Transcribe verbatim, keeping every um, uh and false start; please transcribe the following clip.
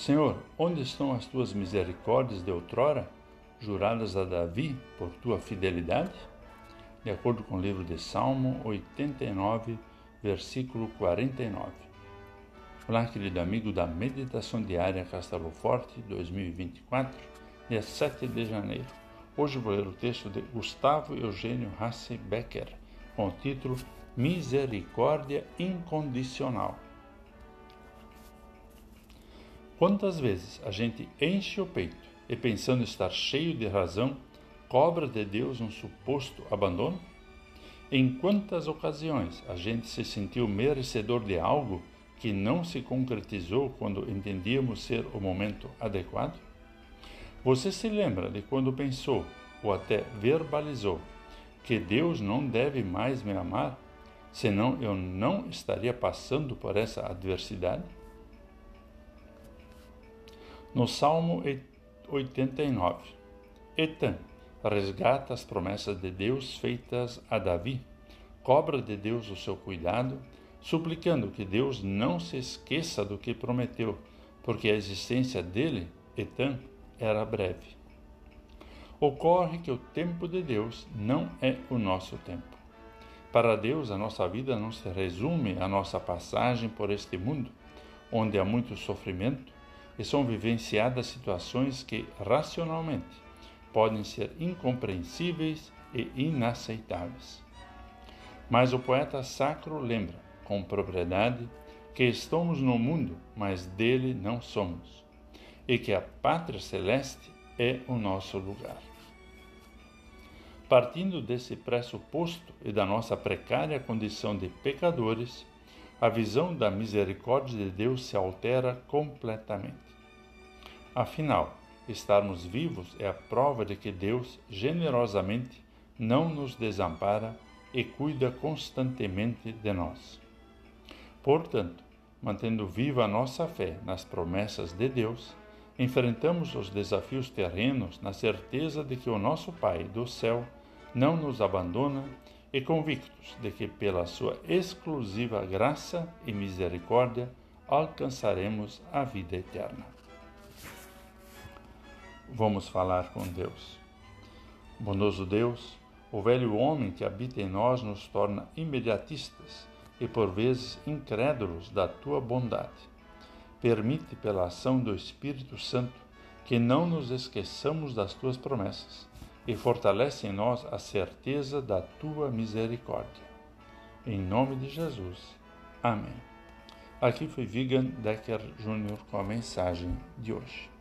Senhor, onde estão as tuas misericórdias de outrora, juradas a Davi por tua fidelidade? De acordo com o livro de Salmo oitenta e nove, versículo quarenta e nove. Olá, querido amigo da Meditação Diária Castelo Forte dois mil e vinte e quatro, dia sete de janeiro. Hoje vou ler o texto de Gustavo Eugênio Hasse Becker, com o título Misericórdia Incondicional. Quantas vezes a gente enche o peito e, pensando estar cheio de razão, cobra de Deus um suposto abandono? Em quantas ocasiões a gente se sentiu merecedor de algo que não se concretizou quando entendíamos ser o momento adequado? Você se lembra de quando pensou, ou até verbalizou, que Deus não deve mais me amar, senão eu não estaria passando por essa adversidade? No Salmo oitenta e nove, Etan resgata as promessas de Deus feitas a Davi, cobra de Deus o seu cuidado, suplicando que Deus não se esqueça do que prometeu, porque a existência dele, Etan, era breve. Ocorre que o tempo de Deus não é o nosso tempo. Para Deus, a nossa vida não se resume à nossa passagem por este mundo, onde há muito sofrimento, e são vivenciadas situações que, racionalmente, podem ser incompreensíveis e inaceitáveis. Mas o poeta sacro lembra, com propriedade, que estamos no mundo, mas dele não somos, e que a pátria celeste é o nosso lugar. Partindo desse pressuposto e da nossa precária condição de pecadores, a visão da misericórdia de Deus se altera completamente. Afinal, estarmos vivos é a prova de que Deus generosamente não nos desampara e cuida constantemente de nós. Portanto, mantendo viva a nossa fé nas promessas de Deus, enfrentamos os desafios terrenos na certeza de que o nosso Pai do céu não nos abandona e convictos de que, pela sua exclusiva graça e misericórdia, alcançaremos a vida eterna. Vamos falar com Deus. Bondoso Deus, o velho homem que habita em nós nos torna imediatistas e, por vezes, incrédulos da tua bondade. Permite, pela ação do Espírito Santo, que não nos esqueçamos das tuas promessas e fortalece em nós a certeza da tua misericórdia. Em nome de Jesus. Amém. Aqui foi Vigan Decker Júnior com a mensagem de hoje.